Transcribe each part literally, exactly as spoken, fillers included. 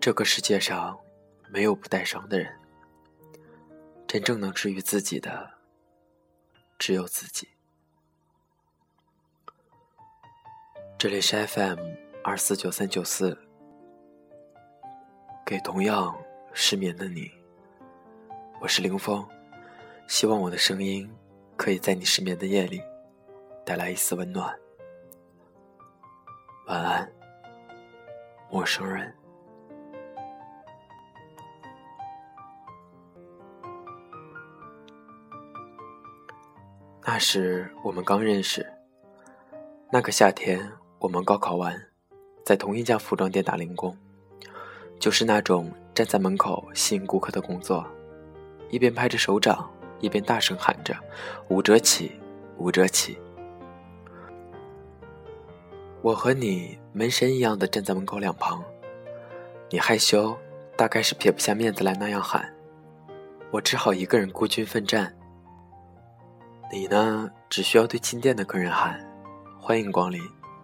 这个世界上没有不带伤的人，真正能治愈自己的只有自己。这里是 F M 二四九三九四，给同样失眠的你，我是凌风，希望我的声音可以在你失眠的夜里带来一丝温暖。晚安，陌生人。那时我们刚认识，那个夏天我们高考完，在同一家服装店打零工，就是那种站在门口吸引顾客的工作，一边拍着手掌，一边大声喊着五折起，五折起。我和你门神一样的站在门口两旁，你害羞，大概是撇不下面子来那样喊，我只好一个人孤军奋战。你呢，只需要对进店的客人喊欢迎光临。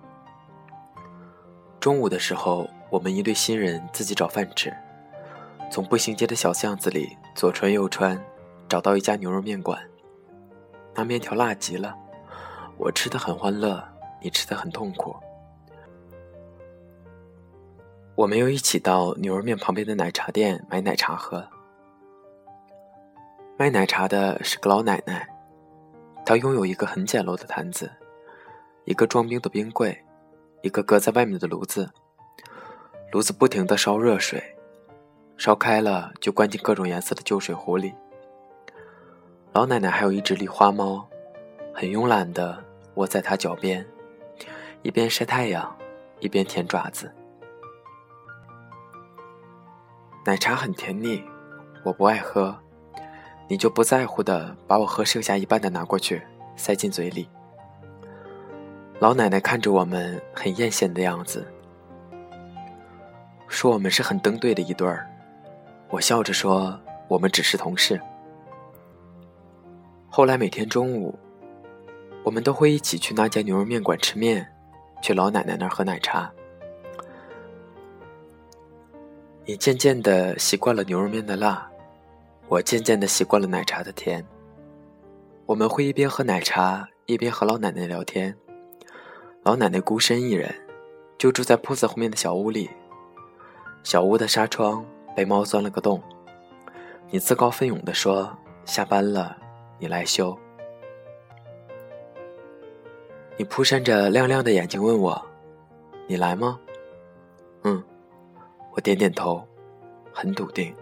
中午的时候，我们一对新人自己找饭吃，从步行街的小巷子里左穿右穿，找到一家牛肉面馆。那面条辣极了，我吃得很欢乐，你吃得很痛苦。我们又一起到牛肉面旁边的奶茶店买奶茶喝。卖奶茶的是个老奶奶，她拥有一个很简陋的坛子，一个装冰的冰柜，一个搁在外面的炉子，炉子不停地烧热水，烧开了就灌进各种颜色的旧水壶里。老奶奶还有一只狸花猫，很慵懒地窝在她脚边，一边晒太阳，一边舔爪子。奶茶很甜腻，我不爱喝，你就不在乎的把我喝剩下一半的拿过去，塞进嘴里。老奶奶看着我们很艳羡的样子，说我们是很登对的一对儿。我笑着说我们只是同事。后来每天中午，我们都会一起去那家牛肉面馆吃面，去老奶奶那儿喝奶茶。你渐渐地习惯了牛肉面的辣，我渐渐地习惯了奶茶的甜。我们会一边喝奶茶，一边和老奶奶聊天。老奶奶孤身一人，就住在铺子后面的小屋里。小屋的纱窗被猫钻了个洞。你自告奋勇地说下班了，你来修。你扑闪着亮亮的眼睛问我，你来吗？嗯，我点点头，很笃定。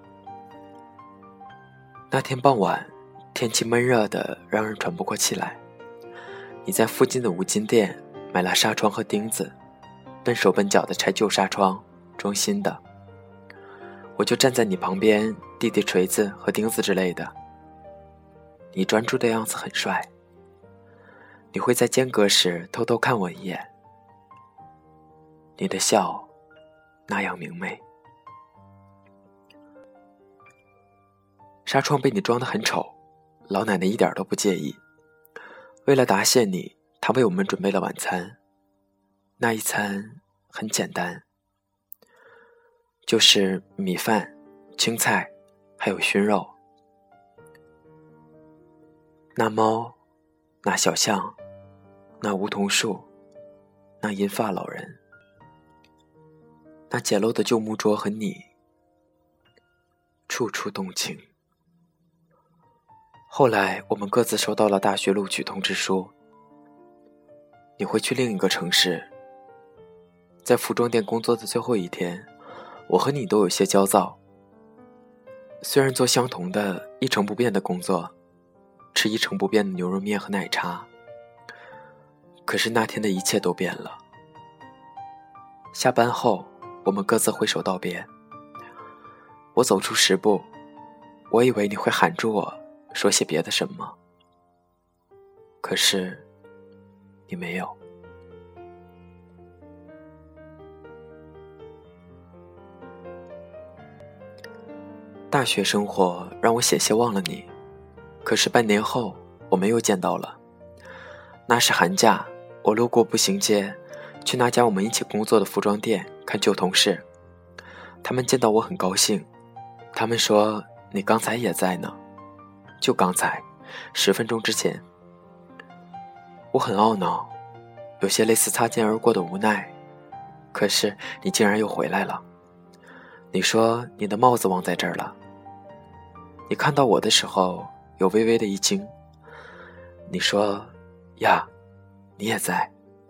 那天傍晚，天气闷热的让人喘不过气来。你在附近的五金店买了纱窗和钉子，笨手笨脚的拆旧纱窗，装新的。我就站在你旁边递递锤子和钉子之类的。你专注的样子很帅。你会在间隔时偷偷看我一眼。你的笑那样明媚。纱窗被你装得很丑，老奶奶一点都不介意。为了答谢你，她为我们准备了晚餐。那一餐很简单，就是米饭、青菜，还有熏肉。那猫，那小象，那梧桐树，那银发老人，那简陋的旧木桌和你，处处动情。后来我们各自收到了大学录取通知书。你会去另一个城市。在服装店工作的最后一天，我和你都有些焦躁。虽然做相同的一成不变的工作，吃一成不变的牛肉面和奶茶，可是那天的一切都变了。下班后，我们各自挥手道别。我走出十步，我以为你会喊住我，说些别的什么，可是你没有。大学生活让我险些忘了你，可是半年后我们又见到了。那是寒假，我路过步行街，去那家我们一起工作的服装店看旧同事。 他们见到我很高兴，他们说你刚才也在呢，就刚才，十分钟之前。我很懊恼，有些类似擦肩而过的无奈，可是你竟然又回来了。你说你的帽子忘在这儿了。你看到我的时候有微微的一惊，你说呀，你也在。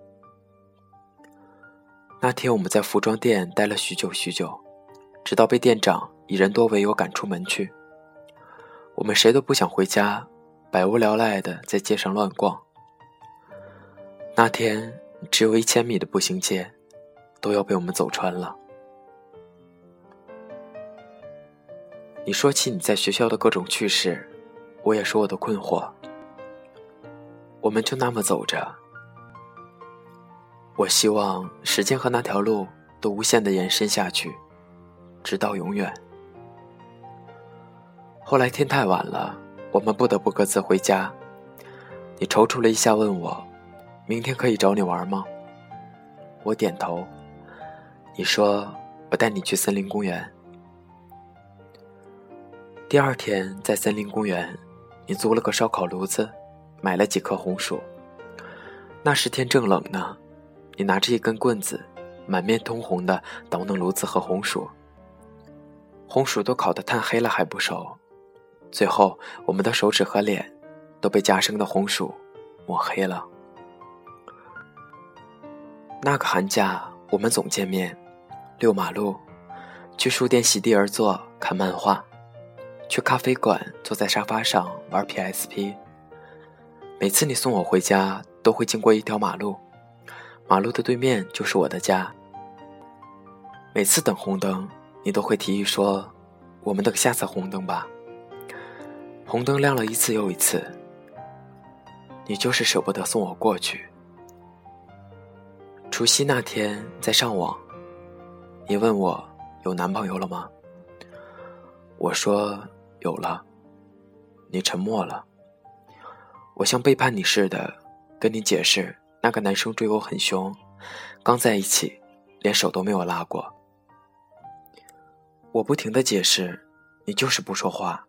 那天我们在服装店待了许久许久，直到被店长以人多为由赶出门去。我们谁都不想回家，百无聊赖地在街上乱逛。那天只有一千米的步行街都要被我们走穿了。你说起你在学校的各种趣事，我也说我的困惑。我们就那么走着，我希望时间和那条路都无限地延伸下去，直到永远。后来天太晚了，我们不得不各自回家。你踌躇了一下问我，明天可以找你玩吗？我点头。你说我带你去森林公园。第二天在森林公园，你租了个烧烤炉子，买了几颗红薯。那时天正冷呢，你拿着一根棍子，满面通红地捣弄炉子和红薯。红薯都烤得炭黑了还不熟，最后我们的手指和脸都被夹生的红薯抹黑了。那个寒假我们总见面，溜马路，去书店席地而坐看漫画，去咖啡馆坐在沙发上玩 P S P。 每次你送我回家都会经过一条马路，马路的对面就是我的家。每次等红灯，你都会提议说，我们等下次红灯吧。红灯亮了一次又一次，你就是舍不得送我过去。除夕那天在上网，你问我有男朋友了吗？我说有了。你沉默了。我像背叛你似的跟你解释，那个男生追我很凶，刚在一起连手都没有拉过。我不停地解释，你就是不说话。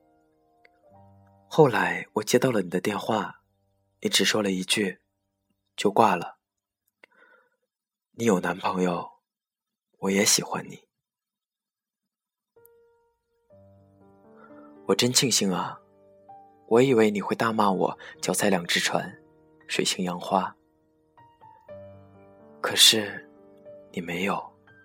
后来我接到了你的电话，你只说了一句就挂了。你有男朋友，我也喜欢你。我真庆幸啊，我以为你会大骂我脚踩两只船，水性杨花。可是你没有。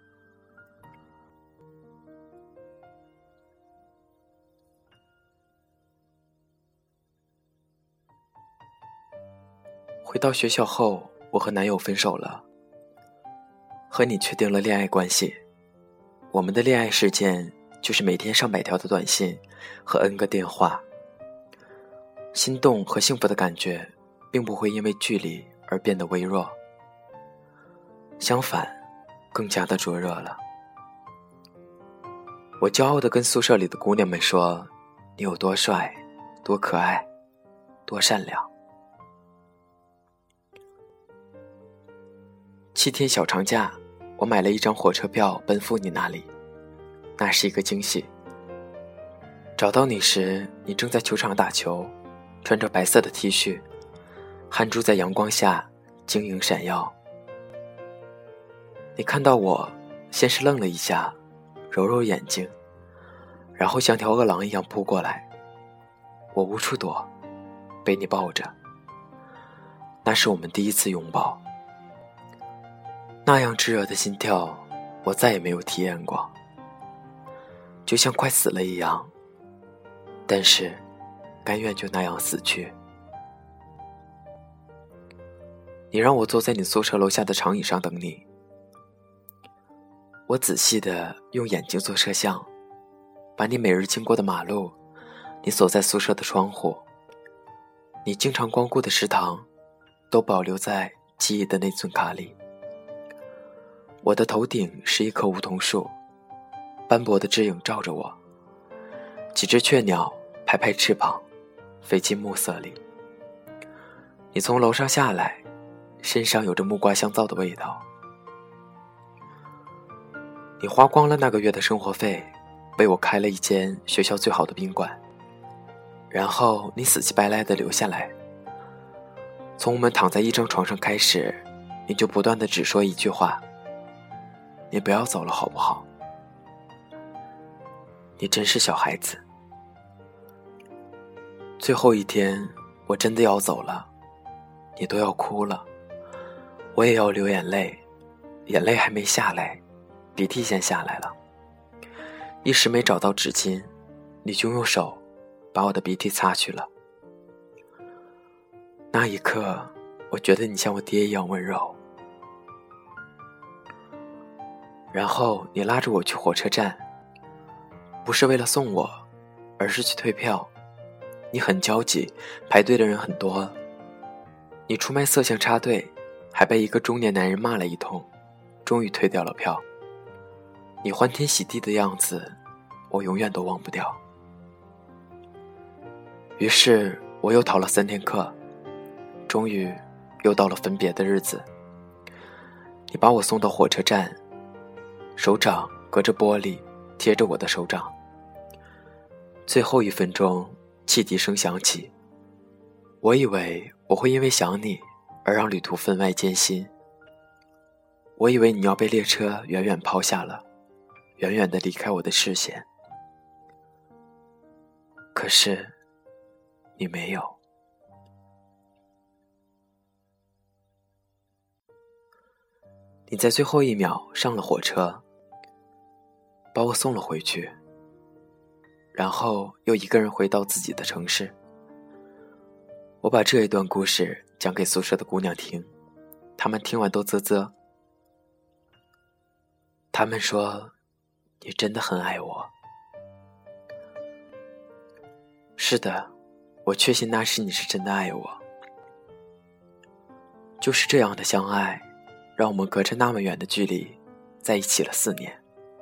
回到学校后，我和男友分手了，和你确定了恋爱关系。我们的恋爱事件就是每天上百条的短信和 N 个电话。心动和幸福的感觉并不会因为距离而变得微弱，相反，更加的灼热了。我骄傲地跟宿舍里的姑娘们说，你有多帅，多可爱，多善良。七天小长假，我买了一张火车票奔赴你那里，那是一个惊喜。找到你时，你正在球场打球，穿着白色的 T 恤，汗珠在阳光下晶莹闪耀。你看到我，先是愣了一下，揉揉眼睛，然后像条饿狼一样扑过来。我无处躲，被你抱着。那是我们第一次拥抱，那样炙热的心跳，我再也没有体验过，就像快死了一样，但是甘愿就那样死去。你让我坐在你宿舍楼下的长椅上等你，我仔细地用眼睛做摄像，把你每日经过的马路，你所在宿舍的窗户，你经常光顾的食堂，都保留在记忆的内存卡里。我的头顶是一棵梧桐树，斑驳的枝影照着我，几只雀鸟拍拍翅膀，飞进暮色里。你从楼上下来，身上有着木瓜香皂的味道。 你花光了那个月的生活费，为我开了一间学校最好的宾馆，然后你死乞白赖地留下来。从我们躺在一张床上开始，你就不断地只说一句话：你不要走了好不好？你真是小孩子。最后一天我真的要走了，你都要哭了，我也要流眼泪，眼泪还没下来，鼻涕先下来了。一时没找到纸巾，你就用手把我的鼻涕擦去了。那一刻我觉得你像我爹一样温柔。然后你拉着我去火车站，不是为了送我，而是去退票。你很焦急，排队的人很多，你出卖色相插队，还被一个中年男人骂了一通，终于退掉了票。你欢天喜地的样子，我永远都忘不掉。于是我又逃了三天课，终于又到了分别的日子。你把我送到火车站，手掌隔着玻璃贴着我的手掌。最后一分钟，汽笛声响起，我以为我会因为想你而让旅途分外艰辛。我以为你要被列车远远抛下了，远远地离开我的视线。可是你没有。你在最后一秒上了火车，把我送了回去，然后又一个人回到自己的城市。我把这一段故事讲给宿舍的姑娘听，她们听完都啧啧。她们说，你真的很爱我。是的，我确信那时你是真的爱我。就是这样的相爱，让我们隔着那么远的距离在一起了四年。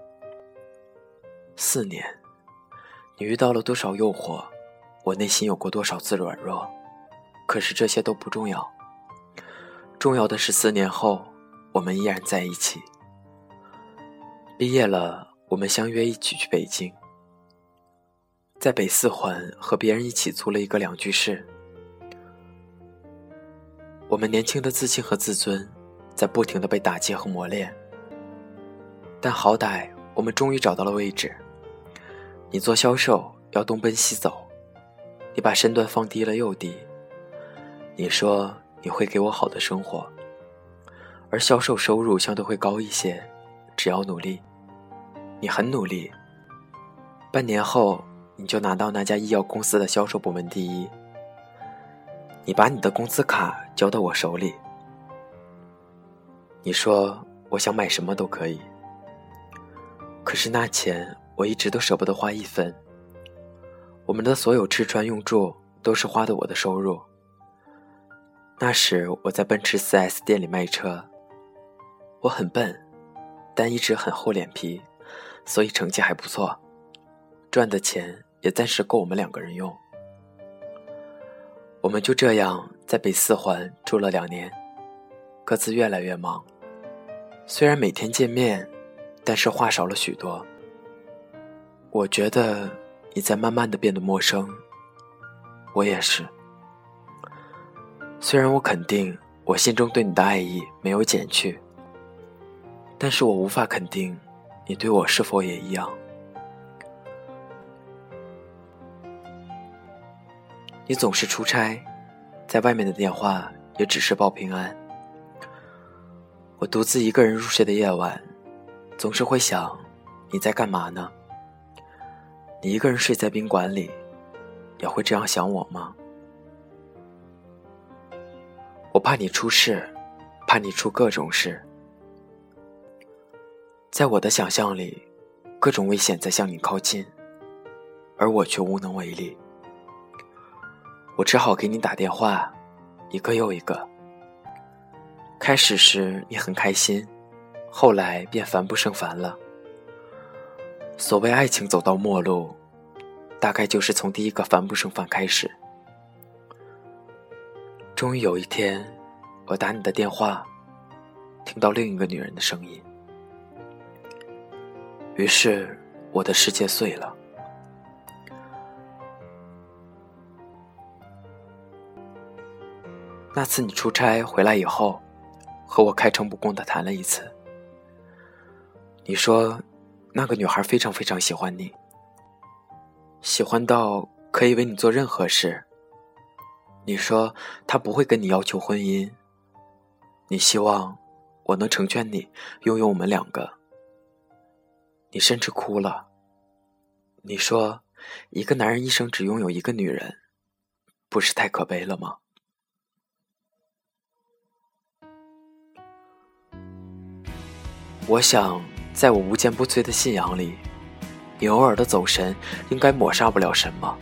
四年，你遇到了多少诱惑，我内心有过多少次软弱，可是这些都不重要。重要的是四年后我们依然在一起。毕业了，我们相约一起去北京，在北四环和别人一起租了一个两居室。我们年轻的自信和自尊在不停地被打击和磨练，但好歹我们终于找到了位置。你做销售要东奔西走，你把身段放低了又低。你说你会给我好的生活，而销售收入相对会高一些，只要努力。你很努力，半年后你就拿到那家医药公司的销售部门第一。你把你的工资卡交到我手里，你说我想买什么都可以，可是那钱我一直都舍不得花一分。我们的所有吃穿用住都是花的我的收入。那时我在奔驰 四 S 店里卖车，我很笨，但一直很厚脸皮，所以成绩还不错，赚的钱也暂时够我们两个人用。我们就这样在北四环住了两年，各自越来越忙。虽然每天见面，但是话少了许多。我觉得你在慢慢地变得陌生，我也是。虽然我肯定我心中对你的爱意没有减去，但是我无法肯定你对我是否也一样。你总是出差，在外面的电话也只是报平安。我独自一个人入睡的夜晚，总是会想，你在干嘛呢？你一个人睡在宾馆里，也会这样想我吗？我怕你出事，怕你出各种事。在我的想象里，各种危险在向你靠近，而我却无能为力。我只好给你打电话，一个又一个。开始时你很开心，后来便烦不胜烦了。所谓爱情走到末路，大概就是从第一个烦不胜烦开始。终于有一天，我打你的电话，听到另一个女人的声音。 于是我的世界碎了。那次你出差回来以后，和我开诚布公地谈了一次。你说那个女孩非常非常喜欢你，喜欢到可以为你做任何事。你说她不会跟你要求婚姻，你希望我能成全你，拥有我们两个。你甚至哭了。你说一个男人一生只拥有一个女人，不是太可悲了吗？我想在我无坚不摧的信仰里，你偶尔的走神应该抹杀不了什么。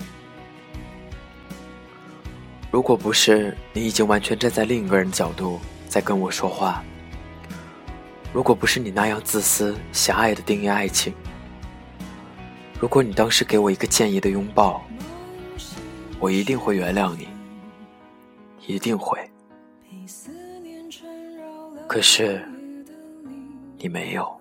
如果不是你已经完全站在另一个人的角度在跟我说话，如果不是你那样自私狭隘的定义爱情，如果你当时给我一个建议的拥抱，我一定会原谅你，一定会。可是你没有。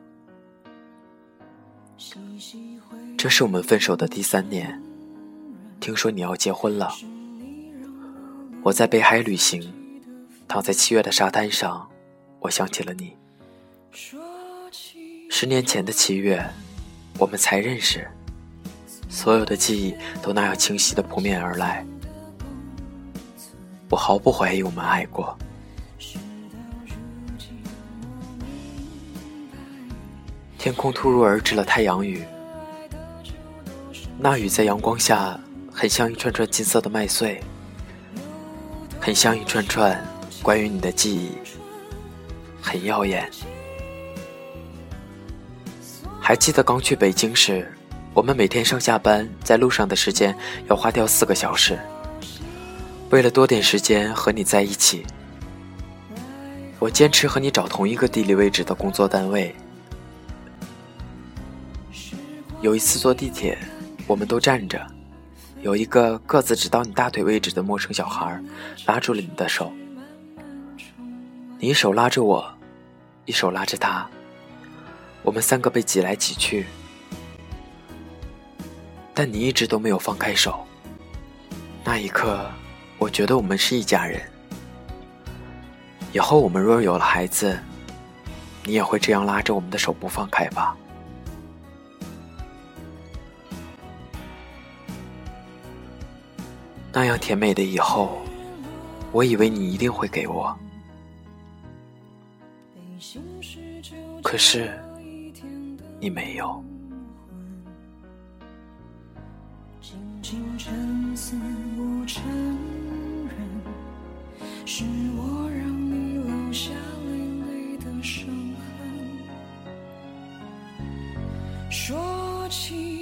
这是我们分手的第三年，听说你要结婚了。我在北海旅行，躺在七月的沙滩上，我想起了你。十年前的七月，我们才认识，所有的记忆都那样清晰地扑面而来。我毫不怀疑我们爱过。天空突如而至了太阳雨，那雨在阳光下很像一串串金色的麦穗，很像一串串关于你的记忆，很耀眼。还记得刚去北京时，我们每天上下班在路上的时间要花掉四个小时，为了多点时间和你在一起，我坚持和你找同一个地理位置的工作单位。有一次坐地铁，我们都站着，有一个个子只到你大腿位置的陌生小孩拉住了你的手，你一手拉着我，一手拉着他，我们三个被挤来挤去，但你一直都没有放开手。那一刻，我觉得我们是一家人。以后我们若有了孩子，你也会这样拉着我们的手不放开吧？那样甜美的以后，我以为你一定会给我，可是你没有。 静静沉思不承认，是我让你留下累累的伤痕。说起